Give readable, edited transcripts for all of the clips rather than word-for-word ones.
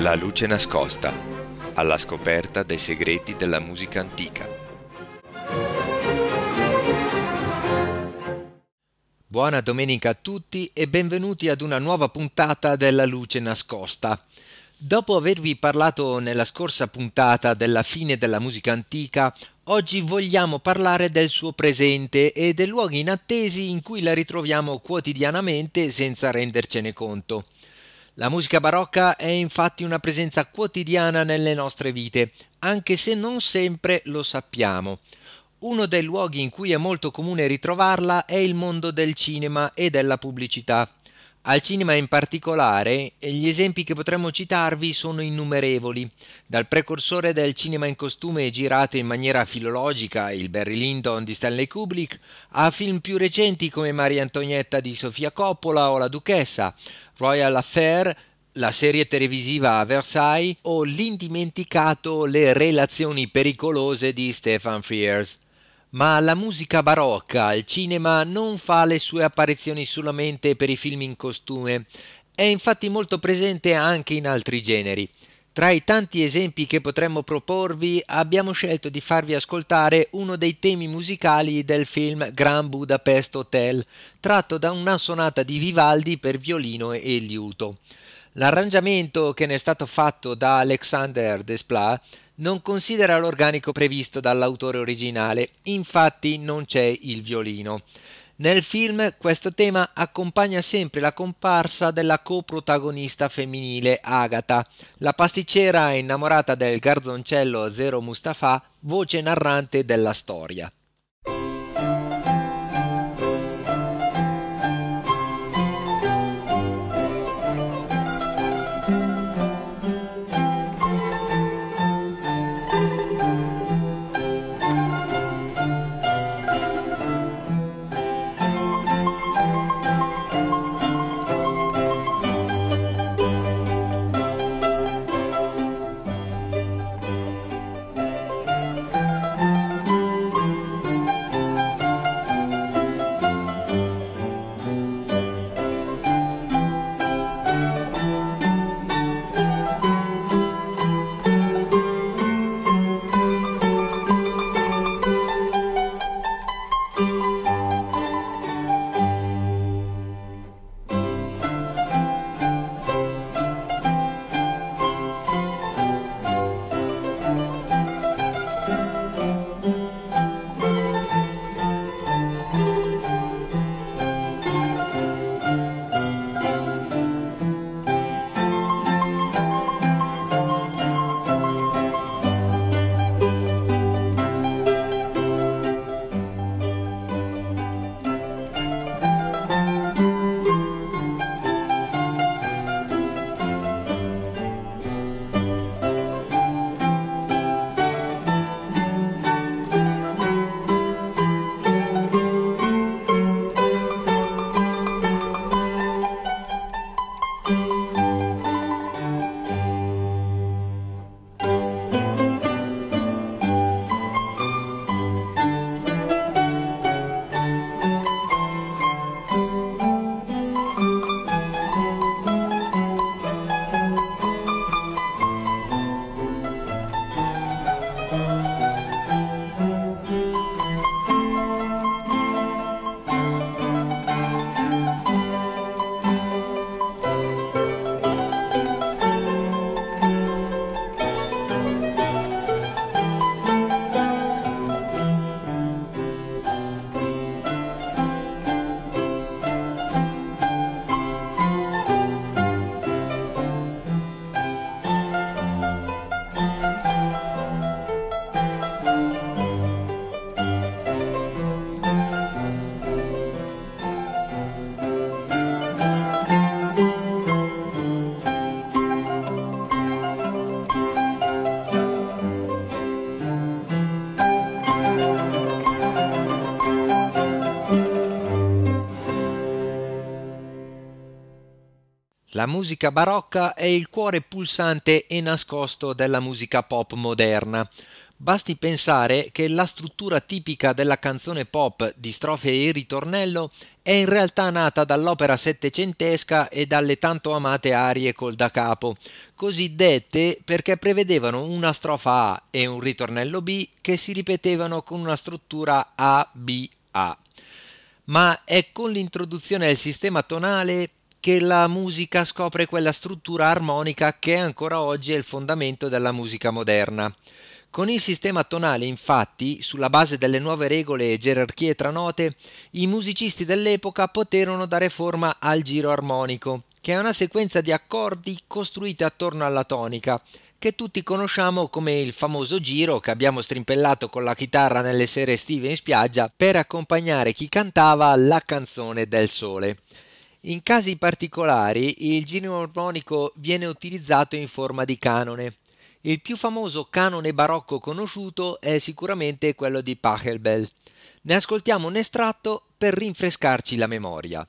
La luce nascosta, alla scoperta dei segreti della musica antica. Buona domenica a tutti e benvenuti ad una nuova puntata della luce nascosta. Dopo avervi parlato nella scorsa puntata della fine della musica antica, oggi vogliamo parlare del suo presente e dei luoghi inattesi in cui la ritroviamo quotidianamente senza rendercene conto. La musica barocca è infatti una presenza quotidiana nelle nostre vite, anche se non sempre lo sappiamo. Uno dei luoghi in cui è molto comune ritrovarla è il mondo del cinema e della pubblicità. Al cinema in particolare, gli esempi che potremmo citarvi sono innumerevoli, dal precursore del cinema in costume girato in maniera filologica, il Barry Lyndon di Stanley Kubrick, a film più recenti come Maria Antonietta di Sofia Coppola o La Duchessa, Royal Affair, la serie televisiva a Versailles o l'indimenticato Le relazioni pericolose di Stefan Frears. Ma la musica barocca al cinema non fa le sue apparizioni solamente per i film in costume, è infatti molto presente anche in altri generi. Tra i tanti esempi che potremmo proporvi, abbiamo scelto di farvi ascoltare uno dei temi musicali del film Grand Budapest Hotel, tratto da una sonata di Vivaldi per violino e liuto. L'arrangiamento che ne è stato fatto da Alexander Desplat non considera l'organico previsto dall'autore originale, infatti non c'è il violino. Nel film questo tema accompagna sempre la comparsa della coprotagonista femminile Agatha, la pasticcera innamorata del garzoncello Zero Mustafa, voce narrante della storia. La musica barocca è il cuore pulsante e nascosto della musica pop moderna. Basti pensare che la struttura tipica della canzone pop di strofe e ritornello è in realtà nata dall'opera settecentesca e dalle tanto amate arie col da capo, cosiddette perché prevedevano una strofa A e un ritornello B che si ripetevano con una struttura A-B-A. Ma è con l'introduzione del sistema tonale che la musica scopre quella struttura armonica che ancora oggi è il fondamento della musica moderna. Con il sistema tonale, infatti, sulla base delle nuove regole e gerarchie tra note, i musicisti dell'epoca poterono dare forma al giro armonico, che è una sequenza di accordi costruiti attorno alla tonica, che tutti conosciamo come il famoso giro che abbiamo strimpellato con la chitarra nelle sere estive in spiaggia per accompagnare chi cantava la canzone del sole. In casi particolari, il giro armonico viene utilizzato in forma di canone. Il più famoso canone barocco conosciuto è sicuramente quello di Pachelbel. Ne ascoltiamo un estratto per rinfrescarci la memoria.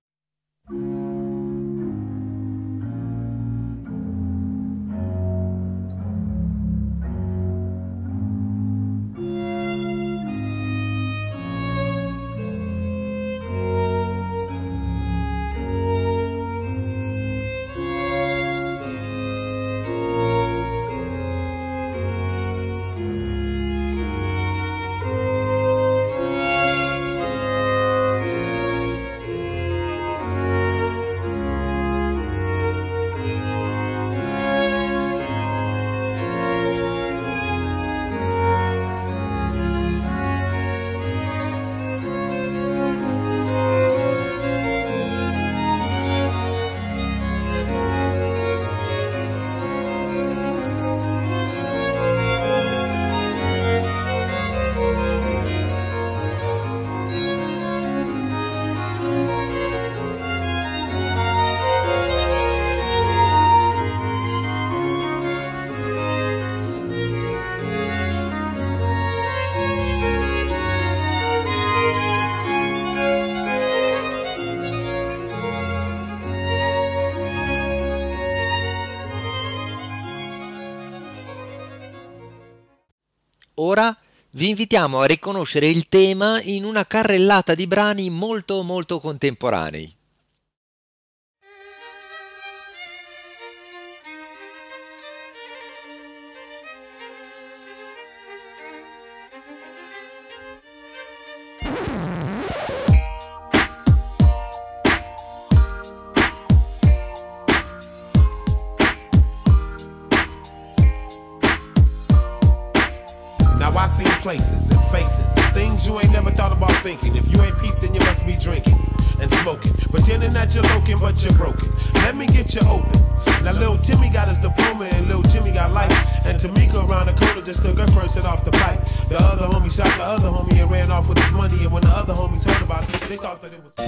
Ora vi invitiamo a riconoscere il tema in una carrellata di brani molto contemporanei. I see places and faces and things you ain't never thought about thinking. If you ain't peeped, then you must be drinking and smoking, pretending that you're loking, but you're broken. Let me get you open. Now little Timmy got his diploma and little Jimmy got life, and Tamika around the corner just took her first hit off the pipe. The other homie shot the other homie and ran off with his money, and when the other homies heard about it, they thought that it was...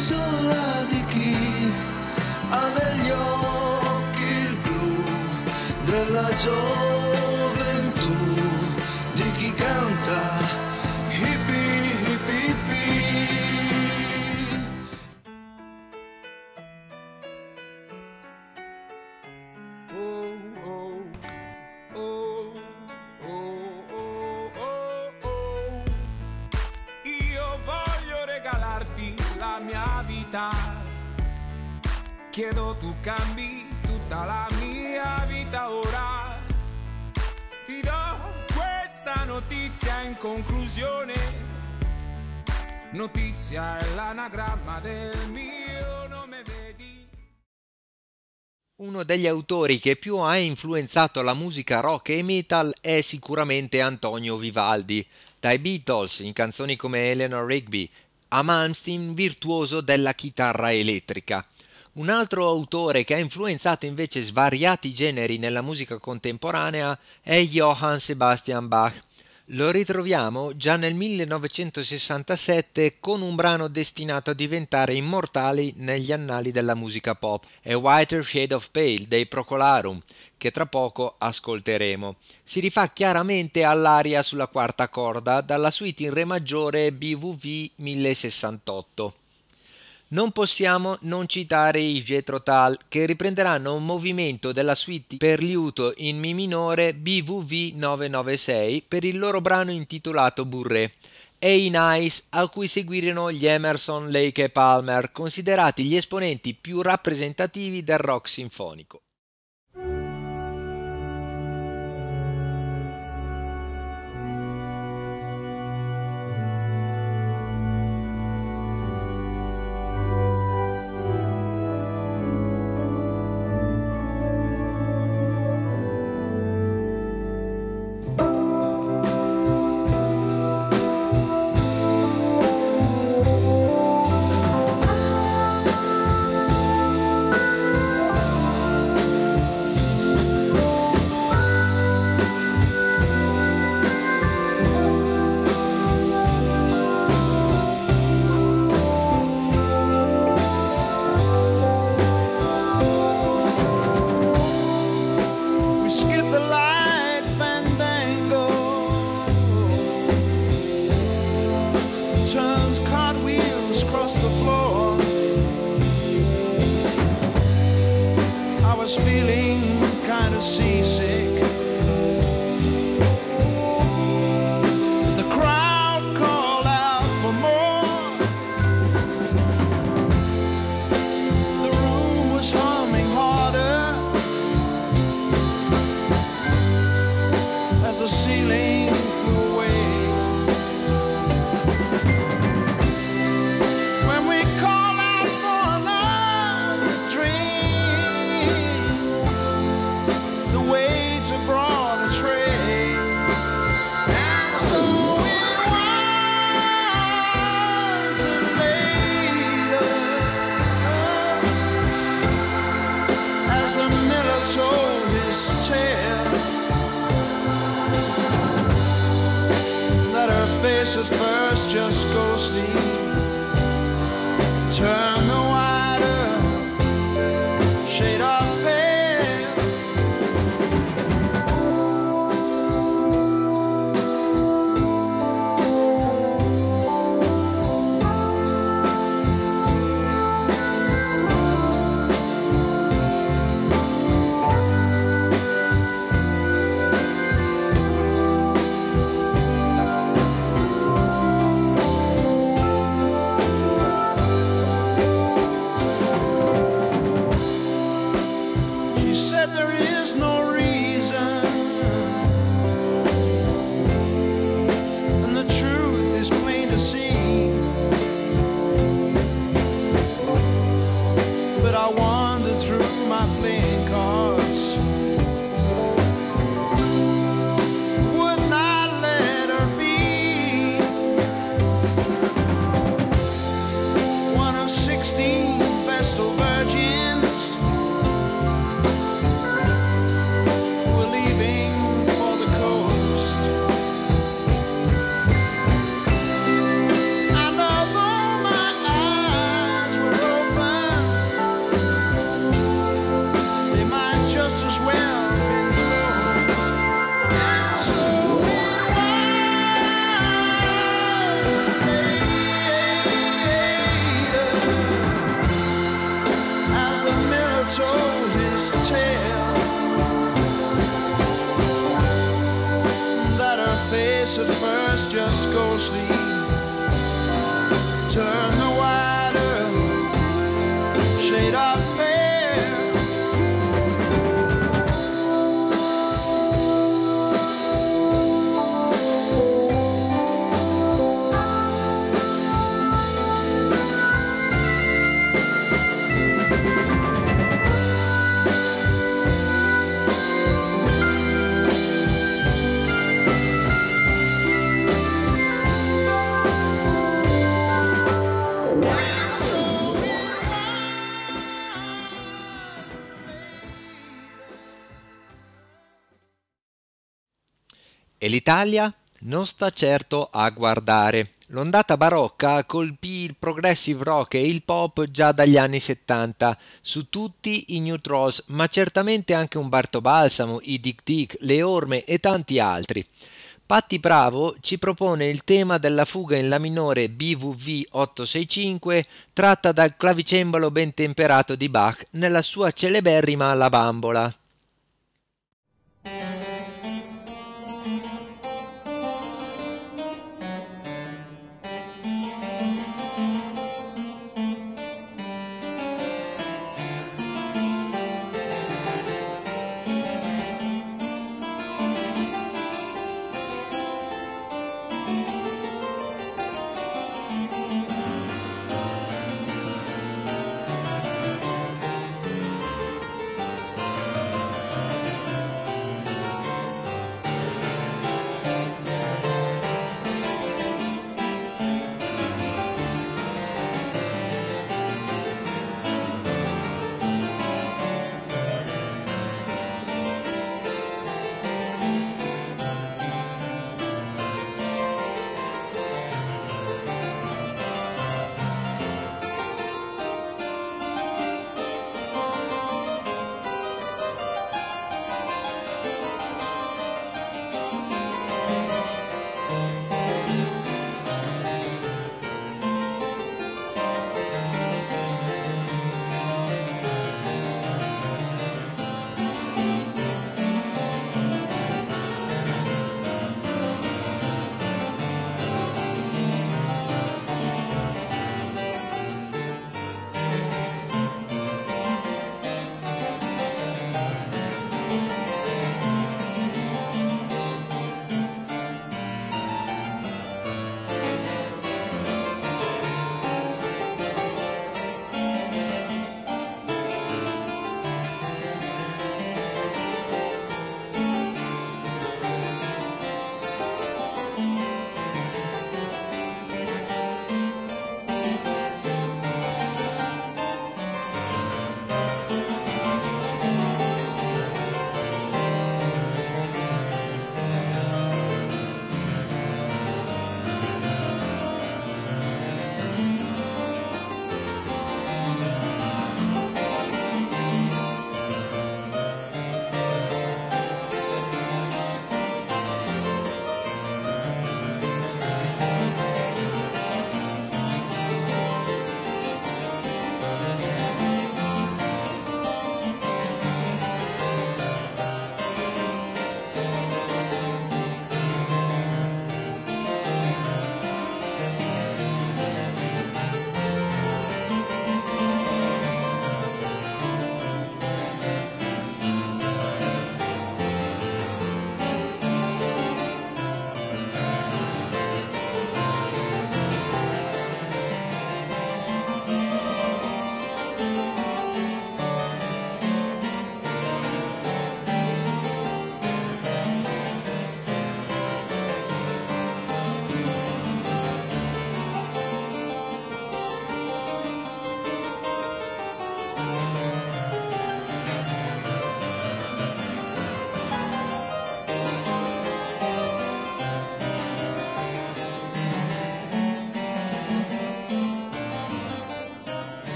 sola di chi ha negli occhi il blu della gioventù, di chi canta hippie hippie hippie. Oh, oh, oh, oh, oh, oh, oh. Io voglio regalarti la mia vita. Chiedo tu cambi tutta la mia vita ora. Ti do questa notizia in conclusione. Notizia è l'anagramma del mio nome, vedi? Uno degli autori che più ha influenzato la musica rock e metal è sicuramente Antonio Vivaldi, dai Beatles in canzoni come Eleanor Rigby a Malmsteen virtuoso della chitarra elettrica. Un altro autore che ha influenzato invece svariati generi nella musica contemporanea è Johann Sebastian Bach. Lo ritroviamo già nel 1967 con un brano destinato a diventare immortale negli annali della musica pop, A Whiter Shade of Pale dei Procolarum, che tra poco ascolteremo. Si rifà chiaramente all'aria sulla quarta corda dalla suite in re maggiore BWV 1068. Non possiamo non citare i Jethro Tull, che riprenderanno un movimento della suite per liuto in Mi minore BWV 996 per il loro brano intitolato Bourrée, e i Nice, a cui seguirono gli Emerson, Lake e Palmer, considerati gli esponenti più rappresentativi del rock sinfonico. At first just ghostly, turn the wider shade of pale. at first just go sleep. Turn the wider shade of fair. E l'Italia non sta certo a guardare. L'ondata barocca colpì il progressive rock e il pop già dagli anni 70, su tutti i New Trolls, ma certamente anche Umberto Balsamo, i Dick Dick, le Orme e tanti altri. Patti Bravo ci propone il tema della fuga in La minore BWV 865 tratta dal clavicembalo ben temperato di Bach nella sua celeberrima La Bambola.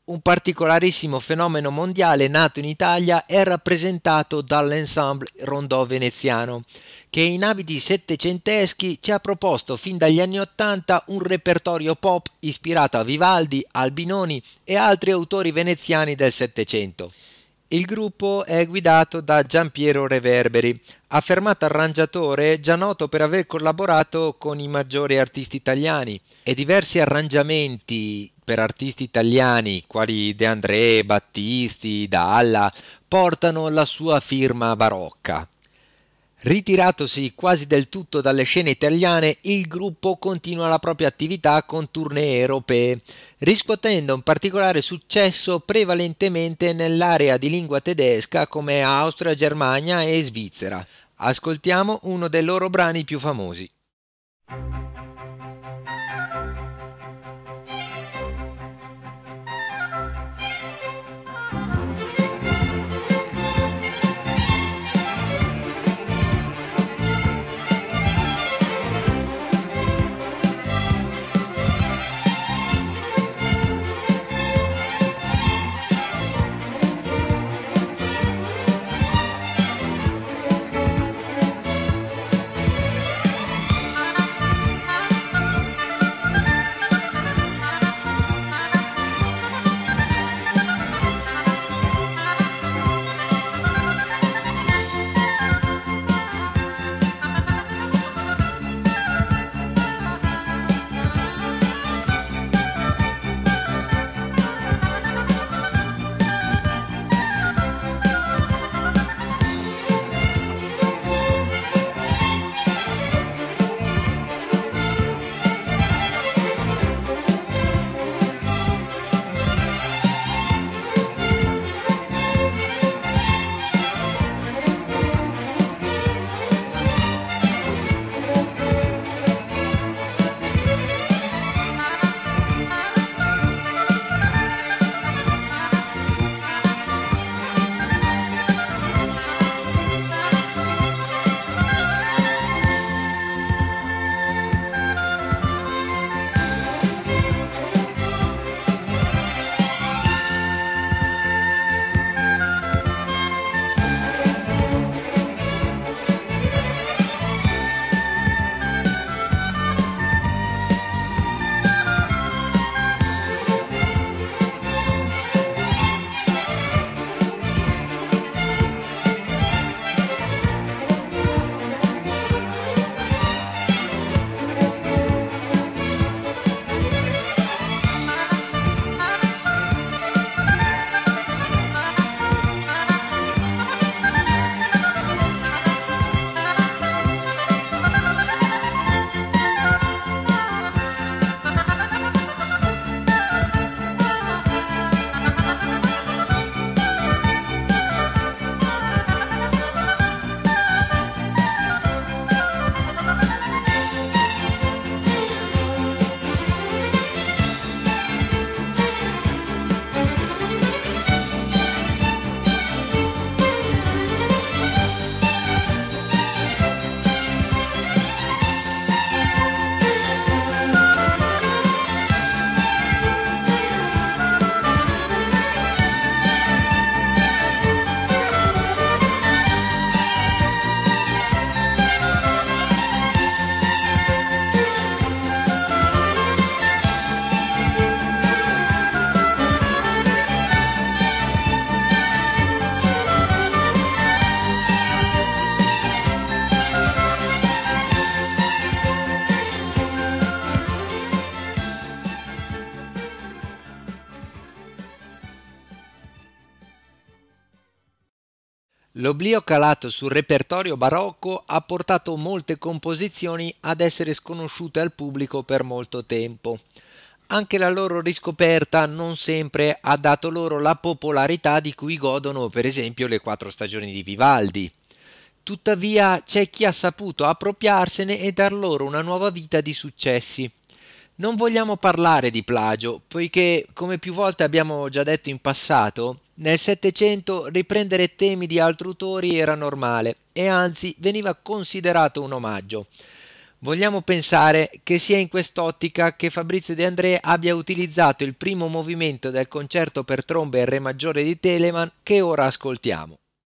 un particolarissimo fenomeno mondiale nato in Italia è rappresentato dall'ensemble rondò veneziano, che in abiti settecenteschi ci ha proposto fin dagli anni '80 un repertorio pop ispirato a Vivaldi, Albinoni e altri autori veneziani del Settecento. Il gruppo è guidato da Giampiero Reverberi, affermato arrangiatore già noto per aver collaborato con i maggiori artisti italiani, e diversi arrangiamenti per artisti italiani quali De André, Battisti, Dalla portano la sua firma barocca. Ritiratosi quasi del tutto dalle scene italiane, il gruppo continua la propria attività con tournée europee, riscuotendo un particolare successo prevalentemente nell'area di lingua tedesca come Austria, Germania e Svizzera. Ascoltiamo uno dei loro brani più famosi. L'oblio calato sul repertorio barocco ha portato molte composizioni ad essere sconosciute al pubblico per molto tempo. Anche la loro riscoperta non sempre ha dato loro la popolarità di cui godono per esempio le quattro stagioni di Vivaldi. Tuttavia c'è chi ha saputo appropriarsene e dar loro una nuova vita di successi. Non vogliamo parlare di plagio, poiché, come più volte abbiamo già detto in passato, nel Settecento riprendere temi di altri autori era normale e anzi veniva considerato un omaggio. Vogliamo pensare che sia in quest'ottica che Fabrizio De André abbia utilizzato il primo movimento del concerto per trombe e re maggiore di Telemann che ora ascoltiamo.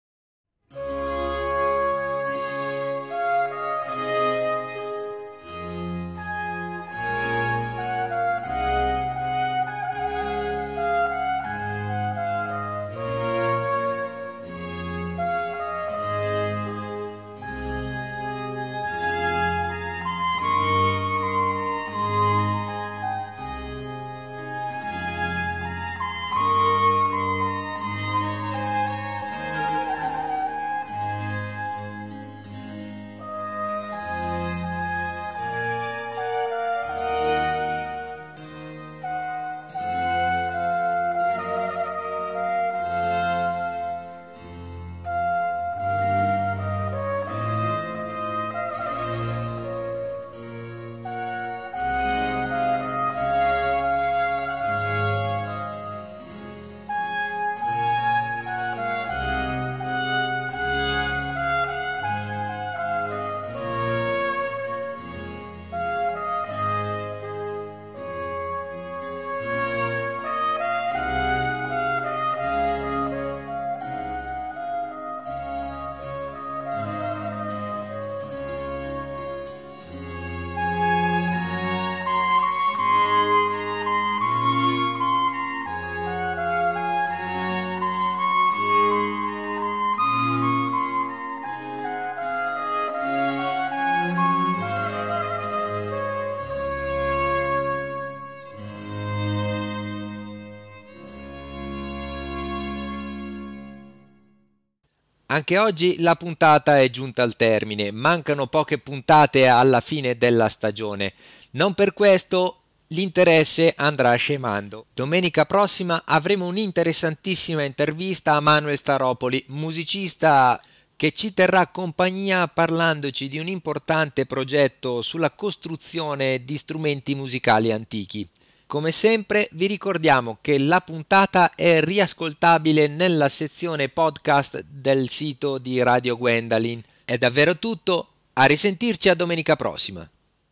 Anche oggi la puntata è giunta al termine, mancano poche puntate alla fine della stagione. Non per questo l'interesse andrà scemando. Domenica prossima avremo un'interessantissima intervista a Manuel Staropoli, musicista che ci terrà compagnia parlandoci di un importante progetto sulla costruzione di strumenti musicali antichi. Come sempre vi ricordiamo che la puntata è riascoltabile nella sezione podcast del sito di Radio Gwendalin. È davvero tutto, a risentirci a domenica prossima.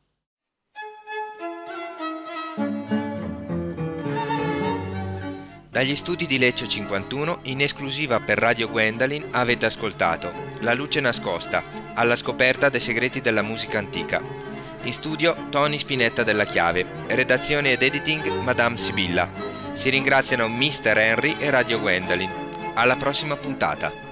Dagli studi di Lecce 51, in esclusiva per Radio Gwendalin, avete ascoltato La luce nascosta, alla scoperta dei segreti della musica antica. In studio Tony Spinetta della Chiave, redazione ed editing Madame Sibilla. Si ringraziano Mr. Henry e Radio Gwendalin. Alla prossima puntata.